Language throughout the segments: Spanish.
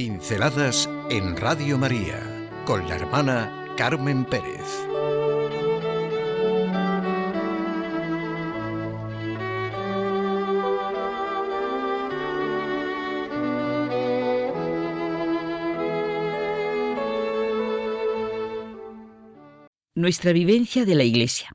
Pinceladas en Radio María con la hermana Carmen Pérez. Nuestra vivencia de la Iglesia.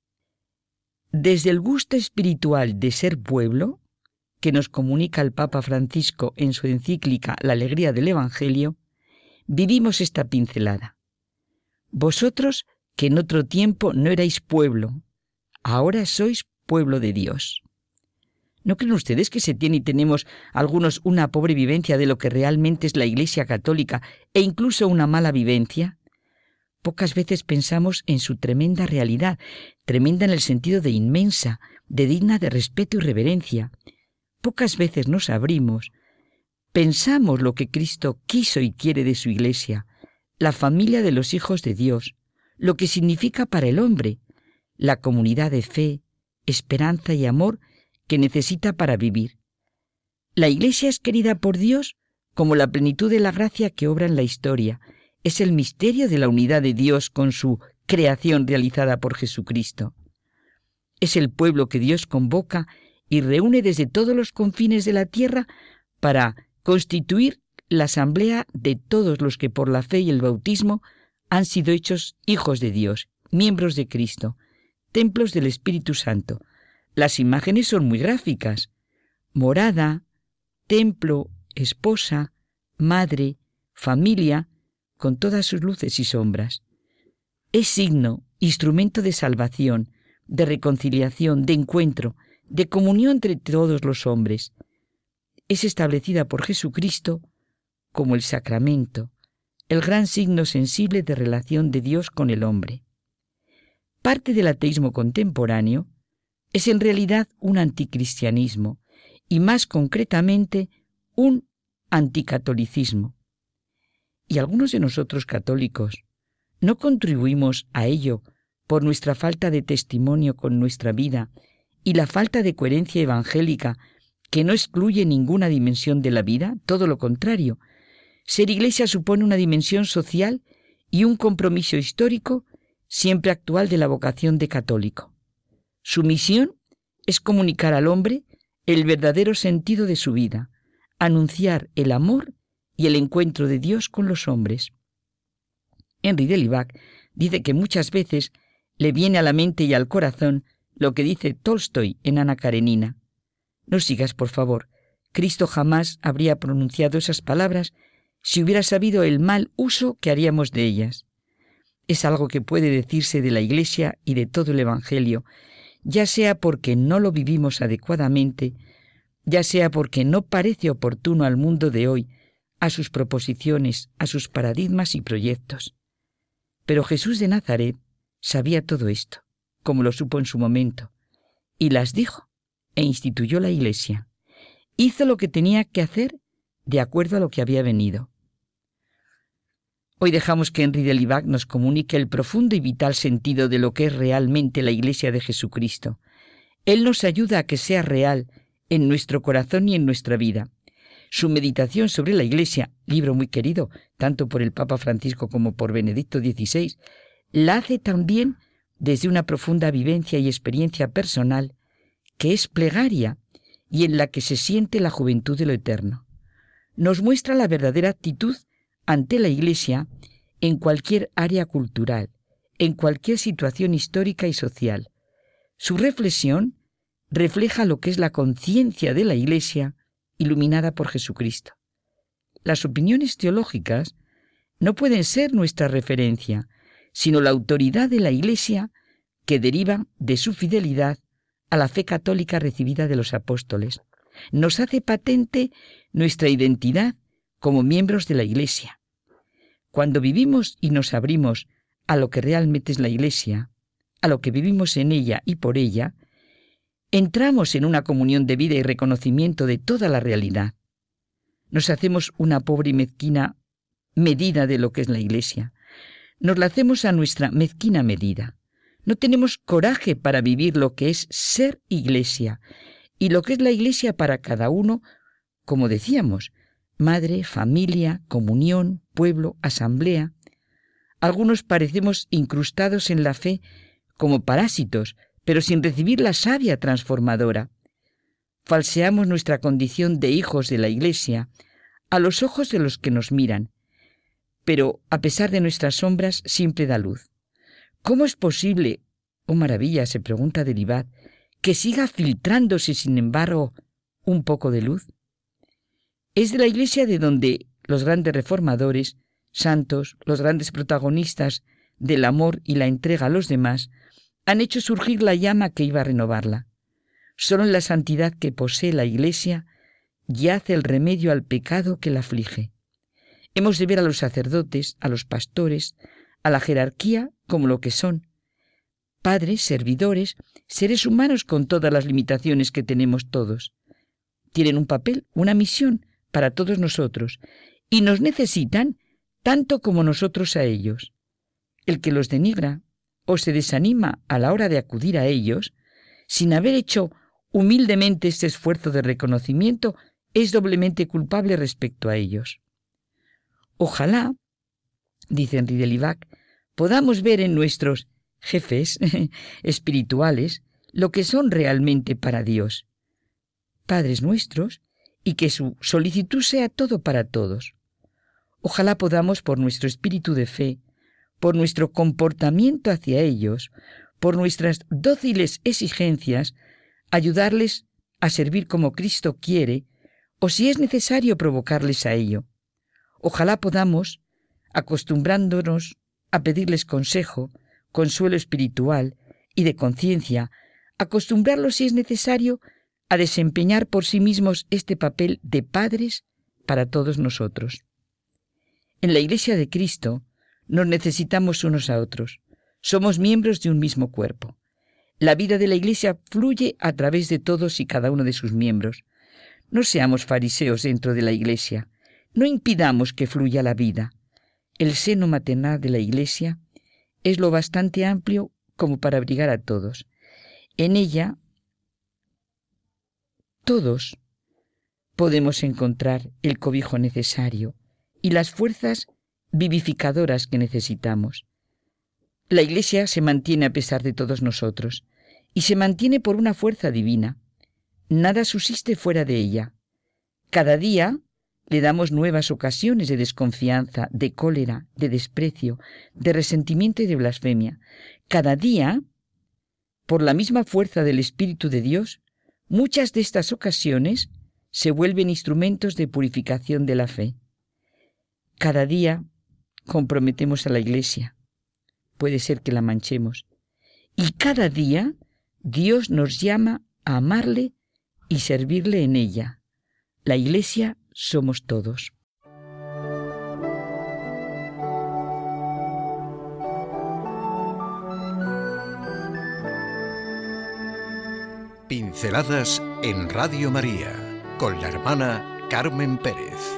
Desde el gusto espiritual de ser pueblo, que nos comunica el Papa Francisco en su encíclica La alegría del Evangelio, vivimos esta pincelada. Vosotros, que en otro tiempo no erais pueblo, ahora sois pueblo de Dios. ¿No creen ustedes que se tiene y tenemos algunos una pobre vivencia de lo que realmente es la Iglesia católica e incluso una mala vivencia? Pocas veces pensamos en su tremenda realidad, tremenda en el sentido de inmensa, de digna de respeto y reverencia. Pocas veces nos abrimos, pensamos lo que Cristo quiso y quiere de su Iglesia, la familia de los hijos de Dios, lo que significa para el hombre, la comunidad de fe, esperanza y amor que necesita para vivir. La Iglesia es querida por Dios como la plenitud de la gracia que obra en la historia. Es el misterio de la unidad de Dios con su creación realizada por Jesucristo. Es el pueblo que Dios convoca y reúne desde todos los confines de la tierra para constituir la asamblea de todos los que por la fe y el bautismo han sido hechos hijos de Dios, miembros de Cristo, templos del Espíritu Santo. Las imágenes son muy gráficas. Morada, templo, esposa, madre, familia, con todas sus luces y sombras. Es signo, instrumento de salvación, de reconciliación, de encuentro, de comunión entre todos los hombres. Es establecida por Jesucristo como el sacramento, el gran signo sensible de relación de Dios con el hombre. Parte del ateísmo contemporáneo es en realidad un anticristianismo y más concretamente un anticatolicismo. Y algunos de nosotros católicos no contribuimos a ello por nuestra falta de testimonio con nuestra vida y la falta de coherencia evangélica que no excluye ninguna dimensión de la vida, todo lo contrario. Ser Iglesia supone una dimensión social y un compromiso histórico siempre actual de la vocación de católico. Su misión es comunicar al hombre el verdadero sentido de su vida, anunciar el amor y el encuentro de Dios con los hombres. Henri de Libac dice que muchas veces le viene a la mente y al corazón lo que dice Tolstoy en Ana Karenina. No sigas, por favor. Cristo jamás habría pronunciado esas palabras si hubiera sabido el mal uso que haríamos de ellas. Es algo que puede decirse de la Iglesia y de todo el Evangelio, ya sea porque no lo vivimos adecuadamente, ya sea porque no parece oportuno al mundo de hoy, a sus proposiciones, a sus paradigmas y proyectos. Pero Jesús de Nazaret sabía todo esto, como lo supo en su momento, y las dijo, e instituyó la Iglesia. Hizo lo que tenía que hacer de acuerdo a lo que había venido. Hoy dejamos que Henri de Libac nos comunique el profundo y vital sentido de lo que es realmente la Iglesia de Jesucristo. Él nos ayuda a que sea real en nuestro corazón y en nuestra vida. Su meditación sobre la Iglesia, libro muy querido tanto por el Papa Francisco como por Benedicto XVI, la hace también desde una profunda vivencia y experiencia personal que es plegaria y en la que se siente la juventud de lo eterno. Nos muestra la verdadera actitud ante la Iglesia en cualquier área cultural, en cualquier situación histórica y social. Su reflexión refleja lo que es la conciencia de la Iglesia iluminada por Jesucristo. Las opiniones teológicas no pueden ser nuestra referencia, sino la autoridad de la Iglesia que deriva de su fidelidad a la fe católica recibida de los apóstoles. Nos hace patente nuestra identidad como miembros de la Iglesia. Cuando vivimos y nos abrimos a lo que realmente es la Iglesia, a lo que vivimos en ella y por ella, entramos en una comunión de vida y reconocimiento de toda la realidad. Nos hacemos una pobre y mezquina medida de lo que es la Iglesia. Nos la hacemos a nuestra mezquina medida. No tenemos coraje para vivir lo que es ser Iglesia y lo que es la Iglesia para cada uno, como decíamos, madre, familia, comunión, pueblo, asamblea. Algunos parecemos incrustados en la fe como parásitos, pero sin recibir la savia transformadora. Falseamos nuestra condición de hijos de la Iglesia a los ojos de los que nos miran, pero a pesar de nuestras sombras siempre da luz. ¿Cómo es posible, oh maravilla, se pregunta Delibat, que siga filtrándose sin embargo un poco de luz? Es de la Iglesia de donde los grandes reformadores, santos, los grandes protagonistas del amor y la entrega a los demás, han hecho surgir la llama que iba a renovarla. Solo en la santidad que posee la Iglesia yace el remedio al pecado que la aflige. Hemos de ver a los sacerdotes, a los pastores, a la jerarquía como lo que son: padres, servidores, seres humanos con todas las limitaciones que tenemos todos. Tienen un papel, una misión para todos nosotros, y nos necesitan tanto como nosotros a ellos. El que los denigra o se desanima a la hora de acudir a ellos, sin haber hecho humildemente este esfuerzo de reconocimiento, es doblemente culpable respecto a ellos. Ojalá, dice Henri de Libac, podamos ver en nuestros jefes espirituales lo que son realmente para Dios, padres nuestros, y que su solicitud sea todo para todos. Ojalá podamos, por nuestro espíritu de fe, por nuestro comportamiento hacia ellos, por nuestras dóciles exigencias, ayudarles a servir como Cristo quiere, o si es necesario provocarles a ello. Ojalá podamos, acostumbrándonos a pedirles consejo, consuelo espiritual y de conciencia, acostumbrarlos si es necesario a desempeñar por sí mismos este papel de padres para todos nosotros. En la Iglesia de Cristo nos necesitamos unos a otros. Somos miembros de un mismo cuerpo. La vida de la Iglesia fluye a través de todos y cada uno de sus miembros. No seamos fariseos dentro de la Iglesia. No impidamos que fluya la vida. El seno maternal de la Iglesia es lo bastante amplio como para abrigar a todos. En ella, todos podemos encontrar el cobijo necesario y las fuerzas vivificadoras que necesitamos. La Iglesia se mantiene a pesar de todos nosotros, y se mantiene por una fuerza divina. Nada subsiste fuera de ella. Cada día le damos nuevas ocasiones de desconfianza, de cólera, de desprecio, de resentimiento y de blasfemia. Cada día, por la misma fuerza del Espíritu de Dios, muchas de estas ocasiones se vuelven instrumentos de purificación de la fe. Cada día comprometemos a la Iglesia. Puede ser que la manchemos. Y cada día Dios nos llama a amarle y servirle en ella. La Iglesia somos todos. Pinceladas en Radio María con la hermana Carmen Pérez.